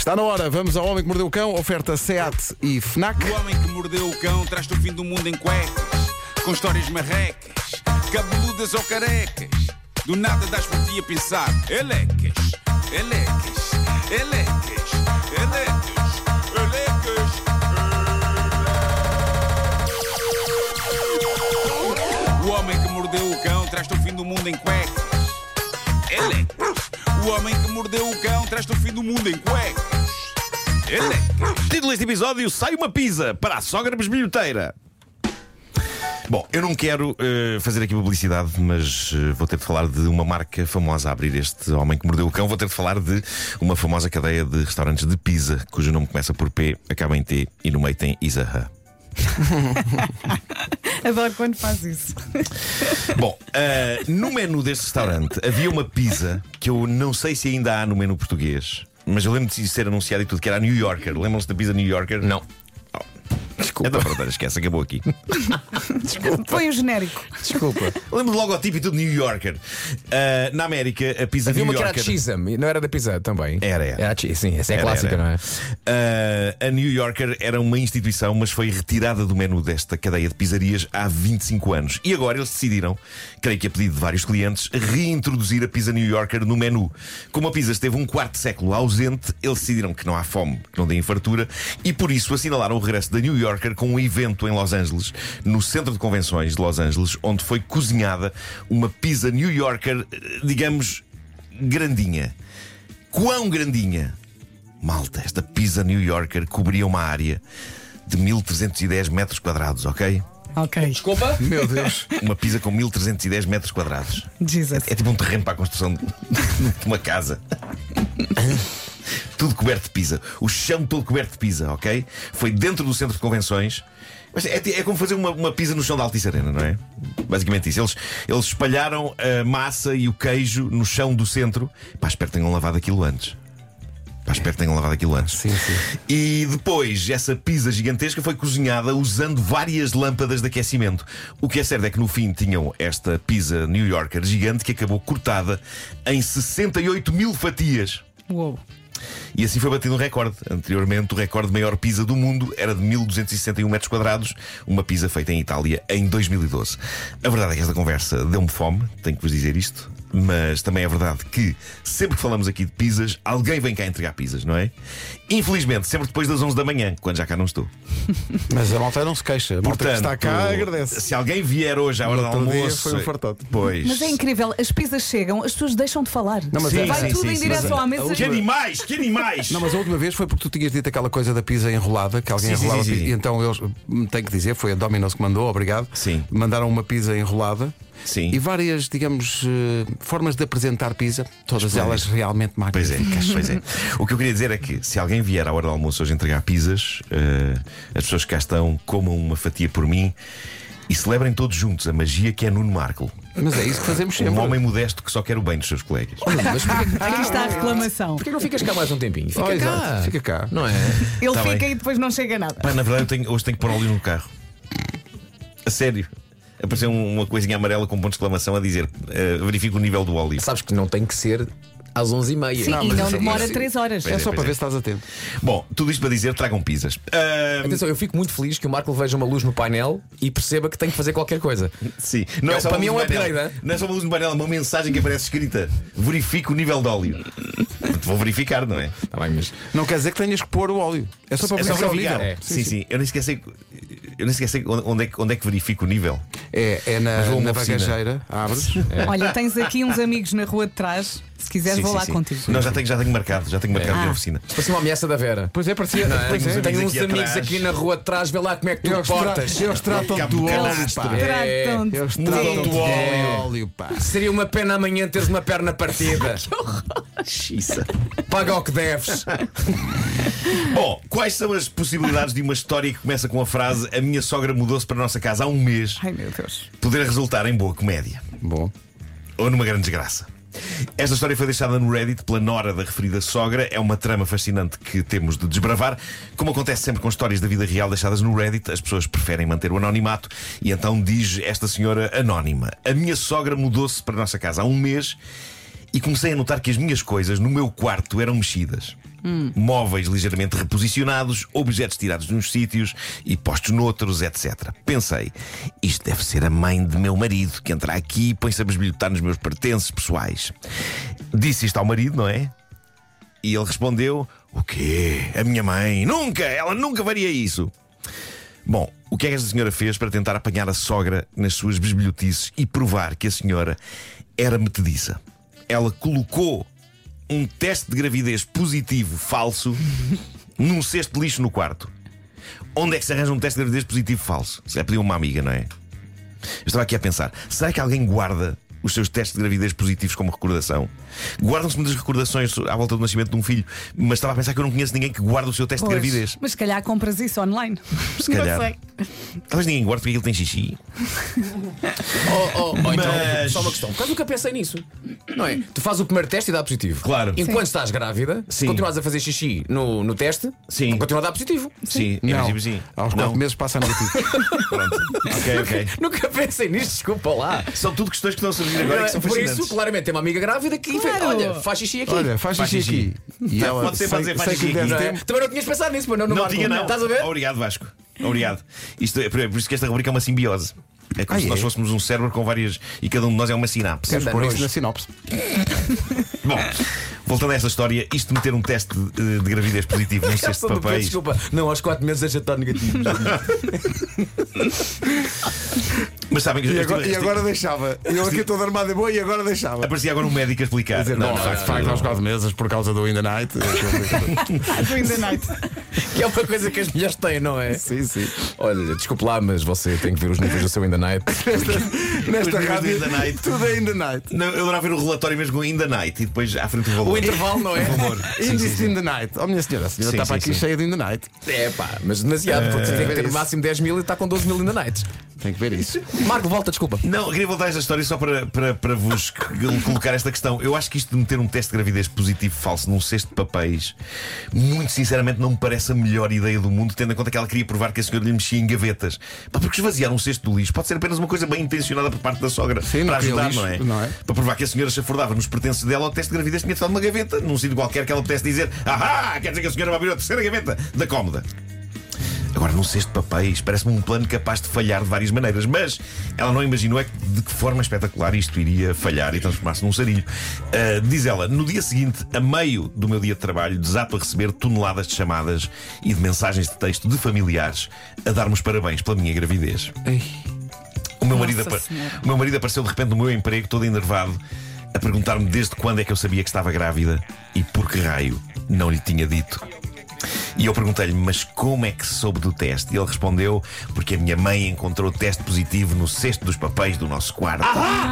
Está na hora, vamos ao Homem que Mordeu o Cão, oferta SEAT e FNAC. O homem que mordeu o cão traz-te o fim do mundo em cuecas, com histórias marrecas, cabeludas ou carecas. Do nada das por ti a pensar. Elecas, elecas, elecas, elecas, elecas. O homem que mordeu o cão traz-te o fim do mundo em cuecas. Elecas. O homem que mordeu o cão traz-te o fim do mundo em cuecas. Elecas. Título deste episódio: sai uma pizza para a sogra bisbilhoteira. Bom, eu não quero fazer aqui publicidade, mas vou ter de falar de uma marca famosa a abrir este Homem que Mordeu o Cão. Vou ter de falar de uma famosa cadeia de restaurantes de pizza, cujo nome começa por P, acaba em T e no meio tem Isaha. Adoro quando faz isso. Bom, no menu deste restaurante havia uma pizza que eu não sei se ainda há no menu português, mas eu lembro de ser anunciado e tudo, que era a New Yorker. Lembram-se da pizza New Yorker? Não. Desculpa. Então, pronto, esquece, acabou aqui. Foi o genérico. Desculpa. Lembro do logotipo e tudo New Yorker. Na América, a pizza Havia New uma que era Yorker. a Chisholm, não era da pizza também? Era. Sim, essa é Era, clássica, era. não é? A New Yorker era uma instituição, mas foi retirada do menu desta cadeia de pizzarias há 25 anos. E agora eles decidiram, creio que a pedido de vários clientes, reintroduzir a pizza New Yorker no menu. Como a pizza esteve um quarto de século ausente, eles decidiram que não há fome, que não dê fartura, e por isso assinalaram o regresso da New Yorker com um evento em Los Angeles, no centro de convenções de Los Angeles, onde foi cozinhada uma pizza New Yorker, digamos, grandinha. Quão grandinha? Malta, esta pizza New Yorker cobria uma área de 1310 metros quadrados, ok? Ok. Desculpa? Meu Deus. Uma pizza com 1310 metros quadrados. Jesus. É tipo um terreno para a construção de uma casa. Tudo coberto de pizza. O chão todo coberto de pizza, ok? Foi dentro do centro de convenções. Mas é como fazer uma pizza no chão da Altice Arena, não é? Basicamente isso. Eles espalharam a massa e o queijo no chão do centro. Pá, espero que tenham lavado aquilo antes. Sim. E depois, essa pizza gigantesca foi cozinhada usando várias lâmpadas de aquecimento. O que é certo é que no fim tinham esta pizza New Yorker gigante que acabou cortada em 68 mil fatias. Uou. E assim foi batido um recorde. Anteriormente, o recorde de maior pizza do mundo era de 1261 metros quadrados, uma pizza feita em Itália em 2012. A verdade é que esta conversa deu-me fome, tenho que vos dizer isto. Mas também é verdade que sempre que falamos aqui de pizzas, alguém vem cá entregar pizzas, não é? Infelizmente, sempre depois das 11 da manhã, quando já cá não estou. Mas a malta não se queixa. A malta que está cá agradece. Se alguém vier hoje à hora do outro dia almoço, foi um fartote. Pois. Mas é incrível, as pizzas chegam, as pessoas deixam de falar. Não, mas Vai tudo em direção à mesa. Que animais, que animais! Não, mas a última vez foi porque tu tinhas dito aquela coisa da pizza enrolada, que alguém Sim, enrolava sim, a sim, pizza. sim. E então eles, tenho que dizer, foi a Domino's que mandou, obrigado. Sim. Mandaram uma pizza enrolada. Sim. E várias, digamos, formas de apresentar pizza, todas Esplêndido. elas realmente Pois é, magníficas. pois é. O que eu queria dizer é que se alguém vier à hora do almoço hoje entregar pizzas, as pessoas que cá estão comam uma fatia por mim e celebrem todos juntos a magia que é Nuno Marco. Mas é isso que fazemos sempre. Um homem modesto que só quer o bem dos seus colegas. Mas Aqui está a reclamação. porquê não ficas cá mais um tempinho? Fica Oh, cá. exato, fica cá. Não é? Ele Tá fica bem. e depois não chega nada. Pá, na verdade, hoje tenho que pôr óleo no carro. A sério. Apareceu uma coisinha amarela com ponto de exclamação a dizer verifica o nível do óleo. Sabes que não tem que ser às 11h30. Sim, e mas não isso é- demora isso- 3 horas. Pois É só pois para é. ver se estás atento. Bom, tudo isto para dizer, tragam pizzas. Atenção, eu fico muito feliz que o Marco veja uma luz no painel e perceba que tem que fazer qualquer coisa. Sim. Não É, só para uma mim é luz um no painel. upgrade, Não é só uma luz no painel, é uma mensagem que aparece escrita: verifica o nível de óleo. Vou verificar, não é? Tá bem, mas Não quer dizer que tenhas que pôr o óleo. É só para É só verificar o verificar. nível. É. Sim. Eu nem esqueci. Onde é que verifico o nível. É Mas vou a uma na oficina. bagageira, abres. Olha, tens aqui uns amigos na rua de trás. Se quiseres, Sim, vou sim, lá sim. contigo. Não, já tenho marcado na oficina. parecia uma ameaça da Vera. Pois é, parecia. Pois é. Tenho amigos uns aqui amigos atrás. aqui na rua de trás, vê lá como é que tu Eles portas. tratam Cabo do do óleo, canastro. pá. Tratam-te. Eles Um tratam do do óleo. óleo, pá. Seria uma pena amanhã teres uma perna partida. Xiça. Paga o que deves. Bom, quais são as possibilidades de uma história que começa com a frase: a minha sogra mudou-se para a nossa casa há um mês, Ai, meu Deus. poder resultar em boa comédia Bom. ou numa grande desgraça? Esta história foi deixada no Reddit pela nora da referida sogra. É uma trama fascinante que temos de desbravar. Como acontece sempre com histórias da vida real deixadas no Reddit, as pessoas preferem manter o anonimato. E então diz esta senhora anónima: a minha sogra mudou-se para a nossa casa há um mês e comecei a notar que as minhas coisas no meu quarto eram mexidas. Móveis ligeiramente reposicionados, objetos tirados de uns sítios e postos noutros, etc. Pensei, isto deve ser a mãe de meu marido que entra aqui e põe-se a besbilhotar nos meus pertences pessoais. Disse isto ao marido, não é? E ele respondeu: o quê? A minha mãe? Nunca! Ela nunca faria isso! Bom, o que é que esta senhora fez para tentar apanhar a sogra nas suas besbilhotices e provar que a senhora era metediça? Ela colocou um teste de gravidez positivo falso num cesto de lixo no quarto. Onde é que se arranja um teste de gravidez positivo falso? Se é pedir uma amiga, não é? Eu estava aqui a pensar, será que alguém guarda os seus testes de gravidez positivos como recordação? Guardam-se muitas recordações à volta do nascimento de um filho, mas estava a pensar que eu não conheço ninguém que guarde o seu teste de gravidez. Mas se calhar compras isso online. Se calhar. Não sei. Talvez ninguém guarde porque aquilo tem xixi. Então, só uma questão, porque eu nunca pensei nisso. Não é? Tu fazes o primeiro teste e dá positivo. Claro. Enquanto estás grávida, se Sim. continuas a fazer xixi no teste, Sim. continua a dar positivo. Sim, em Não, princípio sim. aos 4 meses passa negativo. Pronto. Ok. Nunca pensei nisto, desculpa lá. São tudo questões que estão a surgir agora e que são Por fascinantes. isso, claramente, tem uma amiga grávida que Claro. olha, faz xixi aqui. Olha, faz xixi aqui. E ela, Pode ser, pode sei- dizer, faz sei que xixi deve aqui. ter- Não é? Também não tinhas pensado nisso, mas não, Não Marco. tinha, não. Estás a ver? Obrigado, Vasco. Obrigado. Isto é por isso que esta rubrica é uma simbiose. É como se é? nós fôssemos um cérebro com várias. E cada um de nós é uma sinapse. Temos Anda, por isso nojo. na sinopse. Bom, voltando a esta história, isto de meter um teste de gravidez positivo num cesto de papéis. Desculpa, não, aos 4 meses já está negativo. Mas sabem que E agora deixava. Eu aqui todo armado e boa e agora deixava. aparecia agora um médico a explicar. Dizer, não, de facto, aos 4 meses por causa do In the Night. Do In the Night. Que é uma coisa que as mulheres têm, não é? Sim, sim. Olha, desculpe lá, mas você tem que ver os níveis do seu In the Night. Nesta Os rádio, In the Night. tudo é In the Night. Não, eu adorava ver o relatório mesmo com In the Night e depois à frente do valor. O intervalo, não é? O valor. Índice In the Night. Oh, minha senhora, a senhora Sim, está para sim, aqui sim. cheia de In the Night. É pá, mas demasiado, porque você tem que ter no isso. máximo 10 mil e está com 12 mil In the Nights. Tem que ver isso. Marco, volta, desculpa. Não, queria voltar a esta história só para vos colocar esta questão. Eu acho que isto de meter um teste de gravidez positivo falso num cesto de papéis, muito sinceramente, não me parece a melhor ideia do mundo, tendo em conta que ela queria provar que a senhora lhe mexia em gavetas. Pá, porque esvaziar um cesto do lixo pode ser apenas uma coisa bem intencionada por parte da sogra. Sim, para não queria ajudar, lixo, não é? não é? Para provar que a senhora se afordava nos pertences dela, o teste de gravidez tinha estado numa gaveta, num sítio qualquer que ela pudesse dizer: ahá, quer dizer que a senhora vai abrir a terceira gaveta da cómoda. Agora, num cesto de papéis, parece-me um plano capaz de falhar de várias maneiras, mas ela não imaginou de que forma espetacular isto iria falhar e transformar-se num sarilho. Diz ela: no dia seguinte, a meio do meu dia de trabalho, desato a receber toneladas de chamadas e de mensagens de texto de familiares a dar-me os parabéns pela minha gravidez. O meu marido apareceu de repente no meu emprego, todo enervado, a perguntar-me desde quando é que eu sabia que estava grávida e por que raio não lhe tinha dito. E eu perguntei-lhe: mas como é que se soube do teste? E ele respondeu: porque a minha mãe encontrou o teste positivo no cesto dos papéis do nosso quarto.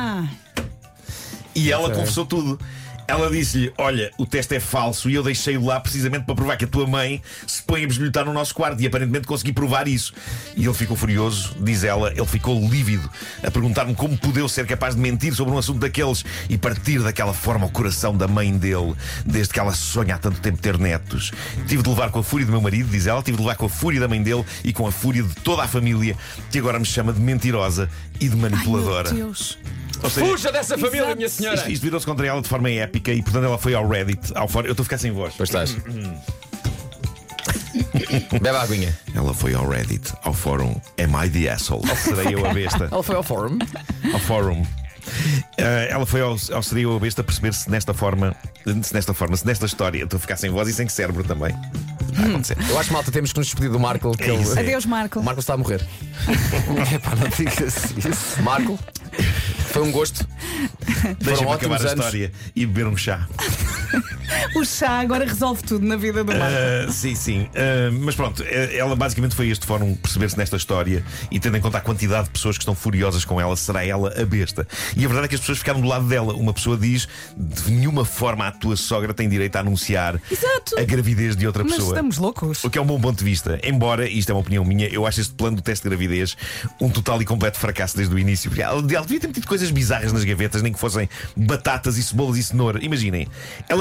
E ela confessou tudo. Ela disse-lhe: olha, o teste é falso e eu deixei-o lá precisamente para provar que a tua mãe se põe a besbilhotar no nosso quarto. E aparentemente consegui provar isso. E ele ficou furioso, diz ela, ele ficou lívido, a perguntar-me como podeu ser capaz de mentir sobre um assunto daqueles e partir daquela forma o coração da mãe dele, desde que ela sonha há tanto tempo ter netos. Tive de levar com a fúria do meu marido, diz ela, tive de levar com a fúria da mãe dele e com a fúria de toda a família, que agora me chama de mentirosa e de manipuladora. Ai, meu Deus. Ou seja, Fuja dessa família, Exato. minha senhora! isto virou-se contra ela de forma épica e, portanto, ela foi ao Reddit, ao fórum. Eu estou a ficar sem voz. Pois estás. Bebe a aguinha. Ela foi ao Reddit, ao fórum Am I the Asshole? Serei eu a besta? Ela foi ao fórum. Ao fórum. Ela foi ao Seria eu a besta perceber se nesta história eu estou a ficar sem voz e sem cérebro também. Vai acontecer. Eu acho, malta, temos que nos despedir do Marco. Que É isso. Adeus, Marco. O Marco está a morrer. Epá, não digas isso. Marco, foi um gosto. Deixa-me ótimos acabar a anos. história e beber um chá. O chá agora resolve tudo na vida do Marco. Sim. Mas pronto, ela basicamente foi a este fórum perceber-se nesta história e tendo em conta a quantidade de pessoas que estão furiosas com ela, será ela a besta. E a verdade é que as pessoas ficaram do lado dela. Uma pessoa diz: de nenhuma forma a tua sogra tem direito a anunciar Exato. a gravidez de outra Mas pessoa. estamos loucos. O que é um bom ponto de vista. Embora, isto é uma opinião minha, eu acho este plano do teste de gravidez um total e completo fracasso desde o início. Ela devia ter metido coisas bizarras nas gavetas, nem que fossem batatas e cebolas e cenoura. Imaginem, ela metia batatas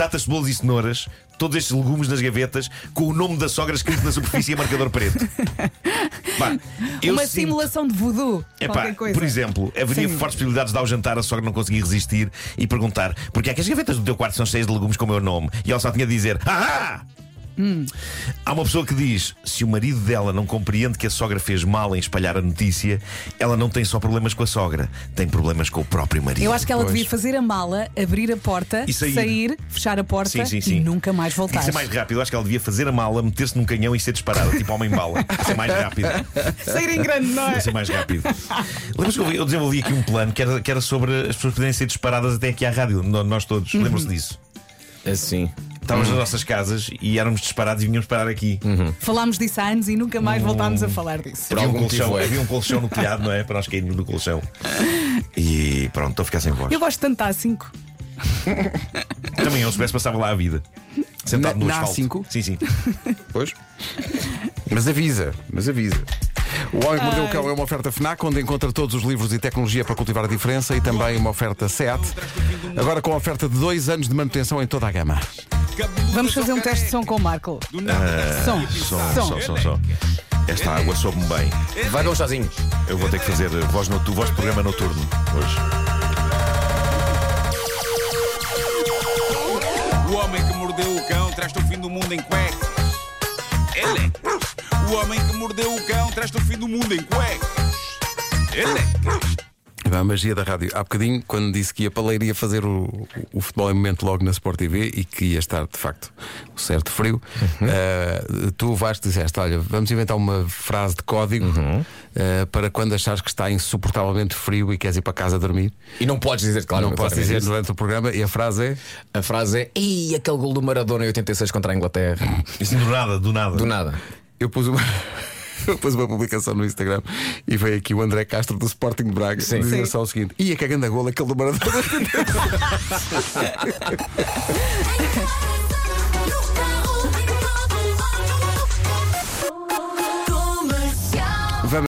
batatas, cebolas e cenouras, todos estes legumes nas gavetas, com o nome da sogra escrito na superfície e a marcador preto. Pá, Uma simulação de voodoo. Qualquer coisa. por exemplo, haveria fortes possibilidades de ao jantar a sogra não conseguir resistir e perguntar: porque é que as gavetas do teu quarto são cheias de legumes com o meu nome? E ela só tinha de dizer: ah! Há uma pessoa que diz: se o marido dela não compreende que a sogra fez mal em espalhar a notícia, ela não tem só problemas com a sogra, tem problemas com o próprio marido. Eu acho que ela devia fazer a mala, abrir a porta, e sair, fechar a porta sim. e nunca mais voltar. Tem que ser mais rápido. Eu acho que ela devia fazer a mala, meter-se num canhão e ser disparada, tipo homem-bala. Ser mais rápido. Sair em grande, não é? Ser mais rápido. Lembras que eu desenvolvi aqui um plano que era sobre as pessoas poderem ser disparadas até aqui à rádio, nós todos. Lembram-se disso? Assim. Estávamos nas nossas casas e éramos disparados e vinhamos parar aqui. Falámos disso há anos e nunca mais voltámos a falar disso. Havia um colchão no telhado, não é? Para nós cairmos no colchão. E pronto, estou a ficar sem voz. Eu gosto tanto da A5. Também eu, se soubesse, passava lá a vida. Sentado no Na asfalto. A5? Sim. Pois. Mas avisa. O Homem que Mordeu o Cão é uma oferta FNAC, onde encontra todos os livros e tecnologia para cultivar a diferença, e também uma oferta SEAT, agora com a oferta de 2 anos de manutenção em toda a gama. Vamos fazer um teste de som com o Marco. Som. Esta água soube-me bem. Vai dar um chazinho. Eu vou ter que fazer voz de programa noturno hoje. O homem que mordeu o cão traz-te o fim do mundo em cuecas. Elecas. O homem que mordeu o cão traz-te o fim do mundo em cuecas. Elecas. A magia da rádio. Há bocadinho, quando disse que ia para Leiria fazer o futebol em momento logo na Sport TV e que ia estar de facto um certo frio, tu Vasco disseste: olha, vamos inventar uma frase de código para quando achares que está insuportavelmente frio e queres ir para casa dormir. E não podes dizer, claro. Não posso dizer durante o programa. E a frase é: a frase é: e aquele gol do Maradona em 86 contra a Inglaterra. Isso do nada. Eu pus uma publicação no Instagram e veio aqui o André Castro do Sporting de Braga dizer só o seguinte: ia que a ganda gol aquele do Maradona.